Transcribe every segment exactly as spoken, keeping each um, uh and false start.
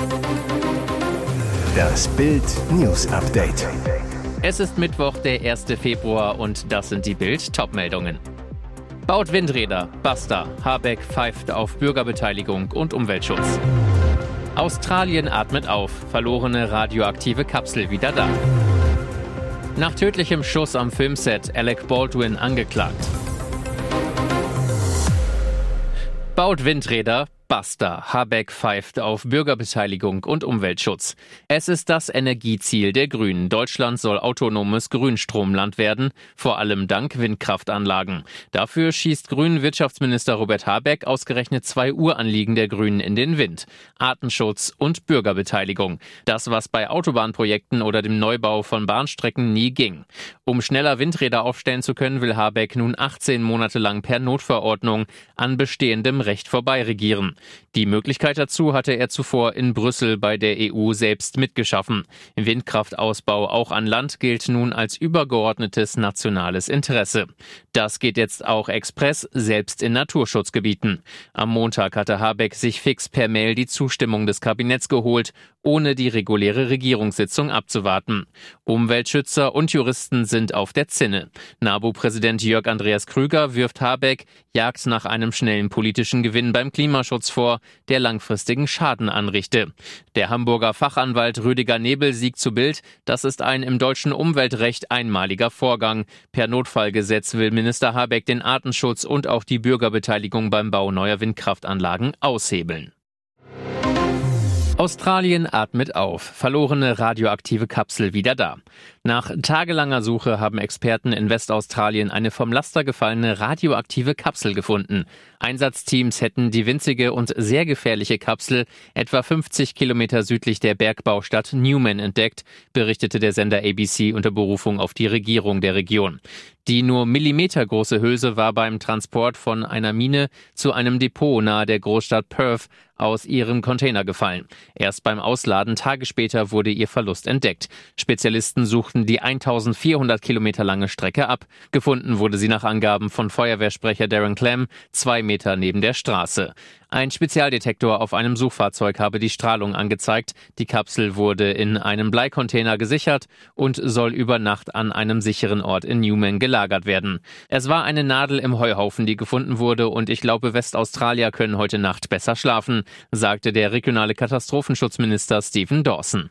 Das Bild News Update. Es ist Mittwoch, der erste Februar und das sind die Bild-Top-Meldungen. Baut Windräder, basta. Habeck pfeift auf Bürgerbeteiligung und Umweltschutz. Australien atmet auf, verlorene radioaktive Kapsel wieder da. Nach tödlichem Schuss am Filmset Alec Baldwin angeklagt. Baut Windräder, basta. Habeck pfeift auf Bürgerbeteiligung und Umweltschutz. Es ist das Energieziel der Grünen. Deutschland soll autonomes Grünstromland werden, vor allem dank Windkraftanlagen. Dafür schießt Grünen-Wirtschaftsminister Robert Habeck ausgerechnet zwei Uranliegen der Grünen in den Wind. Artenschutz und Bürgerbeteiligung. Das, was bei Autobahnprojekten oder dem Neubau von Bahnstrecken nie ging. Um schneller Windräder aufstellen zu können, will Habeck nun achtzehn Monate lang per Notverordnung an bestehendem Recht vorbei regieren. Die Möglichkeit dazu hatte er zuvor in Brüssel bei der E U selbst mitgeschaffen. Windkraftausbau auch an Land gilt nun als übergeordnetes nationales Interesse. Das geht jetzt auch express, selbst in Naturschutzgebieten. Am Montag hatte Habeck sich fix per Mail die Zustimmung des Kabinetts geholt, ohne die reguläre Regierungssitzung abzuwarten. Umweltschützer und Juristen sind auf der Zinne. NABU-Präsident Jörg Andreas Krüger wirft Habeck Jagd nach einem schnellen politischen Gewinn beim Klimaschutz vor, der langfristigen Schaden anrichte. Der Hamburger Fachanwalt Rüdiger Nebel siegt zu Bild, das ist ein im deutschen Umweltrecht einmaliger Vorgang. Per Notfallgesetz will Minister Habeck den Artenschutz und auch die Bürgerbeteiligung beim Bau neuer Windkraftanlagen aushebeln. Australien atmet auf. Verlorene radioaktive Kapsel wieder da. Nach tagelanger Suche haben Experten in Westaustralien eine vom Laster gefallene radioaktive Kapsel gefunden. Einsatzteams hätten die winzige und sehr gefährliche Kapsel etwa fünfzig Kilometer südlich der Bergbaustadt Newman entdeckt, berichtete der Sender A B C unter Berufung auf die Regierung der Region. Die nur millimetergroße Hülse war beim Transport von einer Mine zu einem Depot nahe der Großstadt Perth aus ihrem Container gefallen. Erst beim Ausladen Tage später wurde ihr Verlust entdeckt. Spezialisten suchten die eintausendvierhundert Kilometer lange Strecke ab. Gefunden wurde sie nach Angaben von Feuerwehrsprecher Darren Clem zwei Meter neben der Straße. Ein Spezialdetektor auf einem Suchfahrzeug habe die Strahlung angezeigt. Die Kapsel wurde in einem Bleicontainer gesichert und soll über Nacht an einem sicheren Ort in Newman gelagert werden. Es war eine Nadel im Heuhaufen, die gefunden wurde, und ich glaube, Westaustralier können heute Nacht besser schlafen, sagte der regionale Katastrophenschutzminister Stephen Dawson.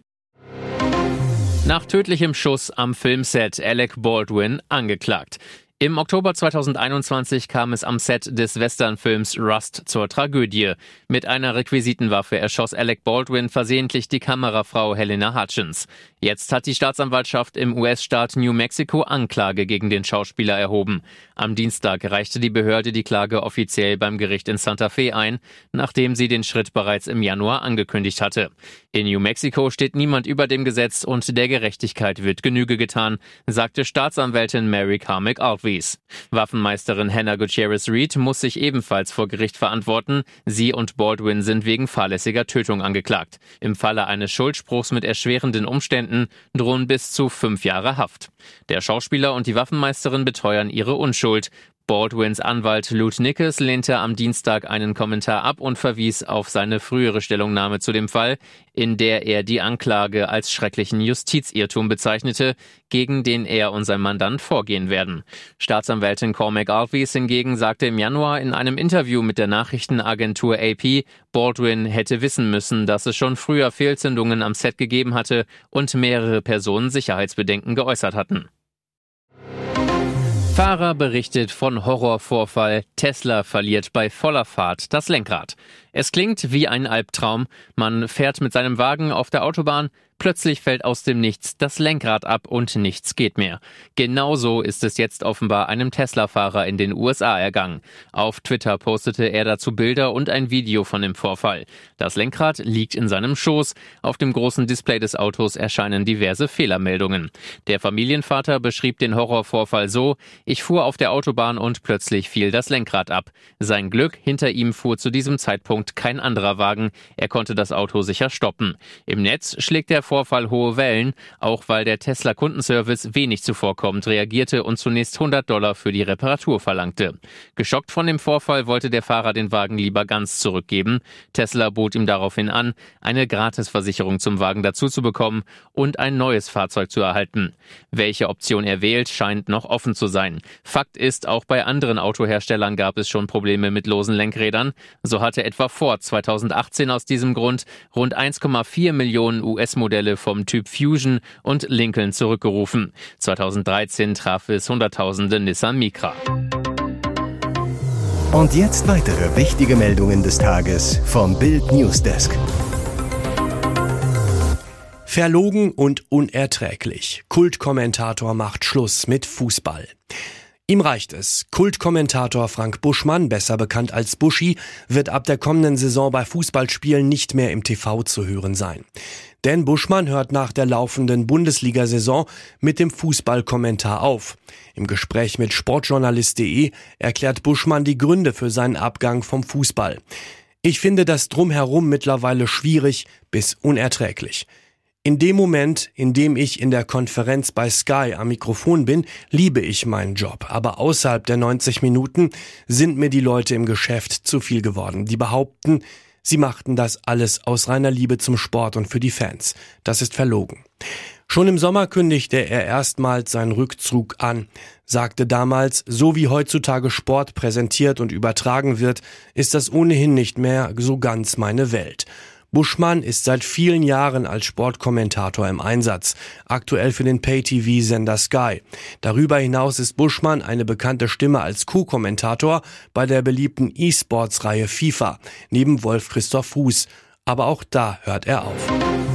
Nach tödlichem Schuss am Filmset Alec Baldwin angeklagt. Im Oktober zweitausendeinundzwanzig kam es am Set des Westernfilms Rust zur Tragödie. Mit einer Requisitenwaffe erschoss Alec Baldwin versehentlich die Kamerafrau Helena Hutchins. Jetzt hat die Staatsanwaltschaft im U S-Staat New Mexico Anklage gegen den Schauspieler erhoben. Am Dienstag reichte die Behörde die Klage offiziell beim Gericht in Santa Fe ein, nachdem sie den Schritt bereits im Januar angekündigt hatte. In New Mexico steht niemand über dem Gesetz und der Gerechtigkeit wird Genüge getan, sagte Staatsanwältin Mary Carmack Alves. Waffenmeisterin Hannah Gutierrez-Reed muss sich ebenfalls vor Gericht verantworten. Sie und Baldwin sind wegen fahrlässiger Tötung angeklagt. Im Falle eines Schuldspruchs mit erschwerenden Umständen drohen bis zu fünf Jahre Haft. Der Schauspieler und die Waffenmeisterin beteuern ihre Unschuld. Baldwins Anwalt Lute Nichols lehnte am Dienstag einen Kommentar ab und verwies auf seine frühere Stellungnahme zu dem Fall, in der er die Anklage als schrecklichen Justizirrtum bezeichnete, gegen den er und sein Mandant vorgehen werden. Staatsanwältin Cormac Alves hingegen sagte im Januar in einem Interview mit der Nachrichtenagentur A P, Baldwin hätte wissen müssen, dass es schon früher Fehlzündungen am Set gegeben hatte und mehrere Personen Sicherheitsbedenken geäußert hatten. Fahrer berichtet von Horrorvorfall, Tesla verliert bei voller Fahrt das Lenkrad. Es klingt wie ein Albtraum, man fährt mit seinem Wagen auf der Autobahn, plötzlich fällt aus dem Nichts das Lenkrad ab und nichts geht mehr. Genauso ist es jetzt offenbar einem Tesla-Fahrer in den U S A ergangen. Auf Twitter postete er dazu Bilder und ein Video von dem Vorfall. Das Lenkrad liegt in seinem Schoß, auf dem großen Display des Autos erscheinen diverse Fehlermeldungen. Der Familienvater beschrieb den Horrorvorfall so: Ich fuhr auf der Autobahn und plötzlich fiel das Lenkrad ab. Sein Glück, hinter ihm fuhr zu diesem Zeitpunkt Zeitpunkt kein anderer Wagen. Er konnte das Auto sicher stoppen. Im Netz schlägt der Vorfall hohe Wellen, auch weil der Tesla-Kundenservice wenig zuvorkommend reagierte und zunächst hundert Dollar für die Reparatur verlangte. Geschockt von dem Vorfall wollte der Fahrer den Wagen lieber ganz zurückgeben. Tesla bot ihm daraufhin an, eine Gratisversicherung zum Wagen dazu zu bekommen und ein neues Fahrzeug zu erhalten. Welche Option er wählt, scheint noch offen zu sein. Fakt ist, auch bei anderen Autoherstellern gab es schon Probleme mit losen Lenkrädern. So hatte etwa Ford zweitausendachtzehn aus diesem Grund rund eins Komma vier Millionen U S-Modelle vom Typ Fusion und Lincoln zurückgerufen. zweitausenddreizehn traf es Hunderttausende Nissan Micra. Und jetzt weitere wichtige Meldungen des Tages vom Bild Newsdesk. Verlogen und unerträglich. Kultkommentator macht Schluss mit Fußball. Ihm reicht es. Kultkommentator Frank Buschmann, besser bekannt als Buschi, wird ab der kommenden Saison bei Fußballspielen nicht mehr im T V zu hören sein. Denn Buschmann hört nach der laufenden Bundesliga-Saison mit dem Fußballkommentar auf. Im Gespräch mit sportjournalist punkt de erklärt Buschmann die Gründe für seinen Abgang vom Fußball. Ich finde das Drumherum mittlerweile schwierig bis unerträglich. In dem Moment, in dem ich in der Konferenz bei Sky am Mikrofon bin, liebe ich meinen Job. Aber außerhalb der neunzig Minuten sind mir die Leute im Geschäft zu viel geworden. Die behaupten, sie machten das alles aus reiner Liebe zum Sport und für die Fans. Das ist verlogen. Schon im Sommer kündigte er erstmals seinen Rückzug an, sagte damals, so wie heutzutage Sport präsentiert und übertragen wird, ist das ohnehin nicht mehr so ganz meine Welt. Buschmann ist seit vielen Jahren als Sportkommentator im Einsatz, aktuell für den Pay-T V-Sender Sky. Darüber hinaus ist Buschmann eine bekannte Stimme als Co-Kommentator bei der beliebten E-Sports-Reihe FIFA, neben Wolf-Christoph Fuß. Aber auch da hört er auf.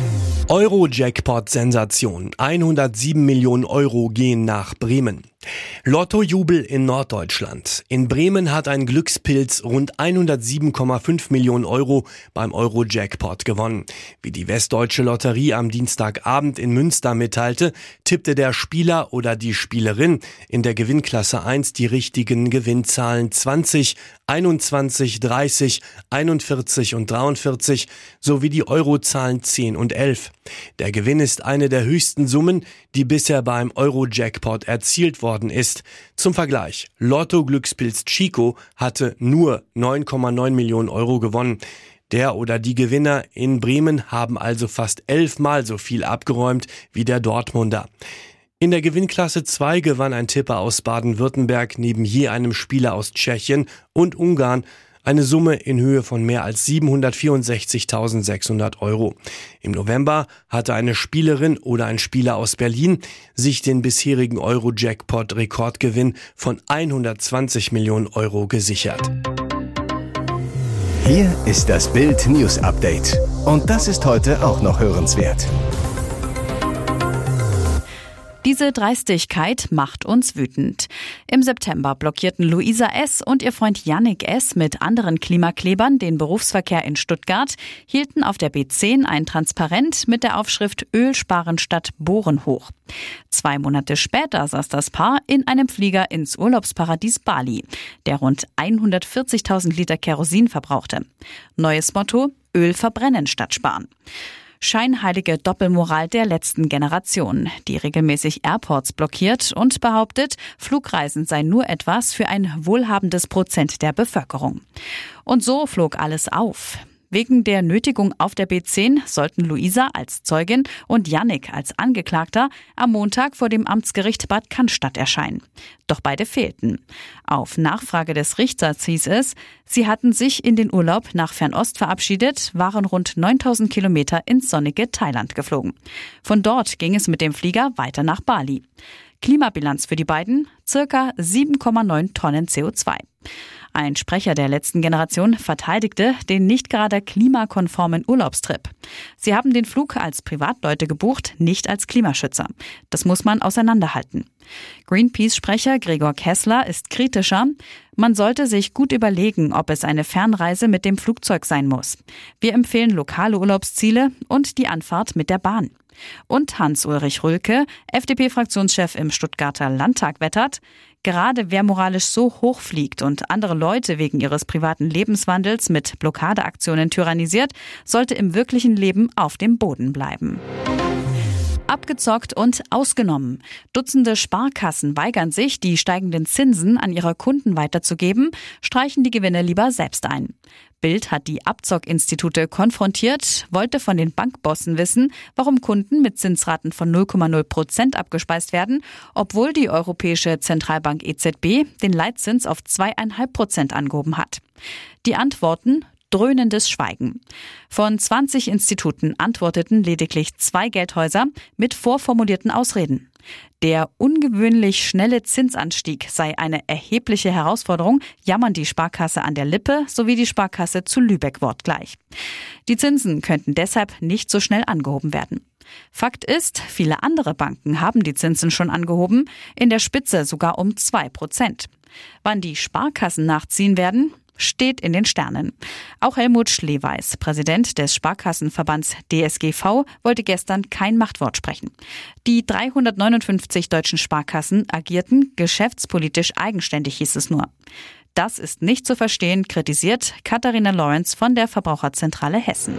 Euro-Jackpot-Sensation. hundertsieben Millionen Euro gehen nach Bremen. Lottojubel in Norddeutschland. In Bremen hat ein Glückspilz rund hundertsieben Komma fünf Millionen Euro beim Euro-Jackpot gewonnen. Wie die Westdeutsche Lotterie am Dienstagabend in Münster mitteilte, tippte der Spieler oder die Spielerin in der Gewinnklasse eins die richtigen Gewinnzahlen zwanzig, einundzwanzig, dreißig, einundvierzig und dreiundvierzig sowie die Eurozahlen zehn und elf. Der Gewinn ist eine der höchsten Summen, die bisher beim Euro-Jackpot erzielt worden ist. Zum Vergleich, Lotto-Glückspilz Chico hatte nur neun Komma neun Millionen Euro gewonnen. Der oder die Gewinner in Bremen haben also fast elfmal so viel abgeräumt wie der Dortmunder. In der Gewinnklasse zwei gewann ein Tipper aus Baden-Württemberg neben je einem Spieler aus Tschechien und Ungarn eine Summe in Höhe von mehr als siebenhundertvierundsechzigtausendsechshundert Euro. Im November hatte eine Spielerin oder ein Spieler aus Berlin sich den bisherigen Euro-Jackpot-Rekordgewinn von hundertzwanzig Millionen Euro gesichert. Hier ist das Bild News Update. Und das ist heute auch noch hörenswert. Diese Dreistigkeit macht uns wütend. Im September blockierten Luisa S. und ihr Freund Yannick S. mit anderen Klimaklebern den Berufsverkehr in Stuttgart, hielten auf der B zehn ein Transparent mit der Aufschrift Öl sparen statt Bohren hoch. Zwei Monate später saß das Paar in einem Flieger ins Urlaubsparadies Bali, der rund hundertvierzigtausend Liter Kerosin verbrauchte. Neues Motto: Öl verbrennen statt sparen. Scheinheilige Doppelmoral der letzten Generation, die regelmäßig Airports blockiert und behauptet, Flugreisen sei nur etwas für ein wohlhabendes Prozent der Bevölkerung. Und so flog alles auf. Wegen der Nötigung auf der B zehn sollten Luisa als Zeugin und Yannick als Angeklagter am Montag vor dem Amtsgericht Bad Cannstatt erscheinen. Doch beide fehlten. Auf Nachfrage des Richters hieß es, sie hatten sich in den Urlaub nach Fernost verabschiedet, waren rund neuntausend Kilometer ins sonnige Thailand geflogen. Von dort ging es mit dem Flieger weiter nach Bali. Klimabilanz für die beiden: circa sieben Komma neun Tonnen C O zwei. Ein Sprecher der letzten Generation verteidigte den nicht gerade klimakonformen Urlaubstrip. Sie haben den Flug als Privatleute gebucht, nicht als Klimaschützer. Das muss man auseinanderhalten. Greenpeace-Sprecher Gregor Kessler ist kritischer. Man sollte sich gut überlegen, ob es eine Fernreise mit dem Flugzeug sein muss. Wir empfehlen lokale Urlaubsziele und die Anfahrt mit der Bahn. Und Hans-Ulrich Rülke, F D P-Fraktionschef im Stuttgarter Landtag, wettert: Gerade wer moralisch so hoch fliegt und andere Leute wegen ihres privaten Lebenswandels mit Blockadeaktionen tyrannisiert, sollte im wirklichen Leben auf dem Boden bleiben. Abgezockt und ausgenommen. Dutzende Sparkassen weigern sich, die steigenden Zinsen an ihre Kunden weiterzugeben, streichen die Gewinne lieber selbst ein. Bild hat die Abzockinstitute konfrontiert, wollte von den Bankbossen wissen, warum Kunden mit Zinsraten von null Komma null Prozent abgespeist werden, obwohl die Europäische Zentralbank E Z B den Leitzins auf zwei Komma fünf Prozent angehoben hat. Die Antworten: dröhnendes Schweigen. Von zwanzig Instituten antworteten lediglich zwei Geldhäuser mit vorformulierten Ausreden. Der ungewöhnlich schnelle Zinsanstieg sei eine erhebliche Herausforderung, jammern die Sparkasse an der Lippe sowie die Sparkasse zu Lübeck wortgleich. Die Zinsen könnten deshalb nicht so schnell angehoben werden. Fakt ist, viele andere Banken haben die Zinsen schon angehoben, in der Spitze sogar um zwei Prozent. Wann die Sparkassen nachziehen werden, steht in den Sternen. Auch Helmut Schleweis, Präsident des Sparkassenverbands D S G V, wollte gestern kein Machtwort sprechen. Die dreihundertneunundfünfzig deutschen Sparkassen agierten geschäftspolitisch eigenständig, hieß es nur. Das ist nicht zu verstehen, kritisiert Katharina Lawrence von der Verbraucherzentrale Hessen.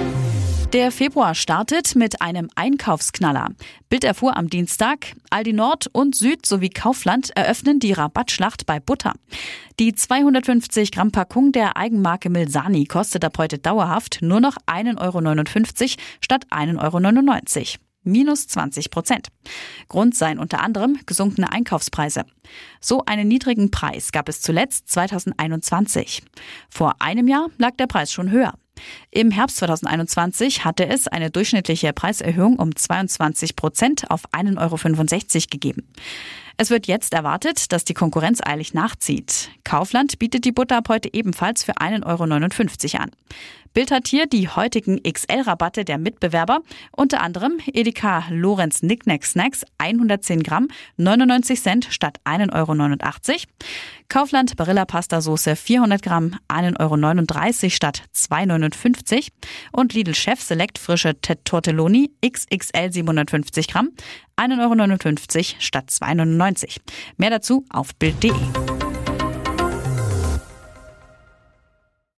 Der Februar startet mit einem Einkaufsknaller. Bild erfuhr am Dienstag, Aldi Nord und Süd sowie Kaufland eröffnen die Rabattschlacht bei Butter. Die zweihundertfünfzig Gramm Packung der Eigenmarke Milsani kostet ab heute dauerhaft nur noch ein Euro neunundfünfzig statt ein Euro neunundneunzig. Minus zwanzig Prozent. Grund seien unter anderem gesunkene Einkaufspreise. So einen niedrigen Preis gab es zuletzt zweitausendeinundzwanzig. Vor einem Jahr lag der Preis schon höher. Im Herbst zweitausendeinundzwanzig hatte es eine durchschnittliche Preiserhöhung um zweiundzwanzig Prozent auf ein Euro fünfundsechzig gegeben. Es wird jetzt erwartet, dass die Konkurrenz eilig nachzieht. Kaufland bietet die Butter ab heute ebenfalls für ein Euro neunundfünfzig an. Bild hat hier die heutigen X L-Rabatte der Mitbewerber, unter anderem Edeka Lorenz Nicknack Snacks hundertzehn Gramm, neunundneunzig Cent statt ein Euro neunundachtzig. Kaufland Barilla Pasta Soße vierhundert Gramm, ein Euro neununddreißig statt zwei Euro neunundfünfzig. Und Lidl Chef Select frische Tortelloni X X L siebenhundertfünfzig Gramm, ein Euro neunundfünfzig statt zwei Euro neunundneunzig. Mehr dazu auf Bild punkt de.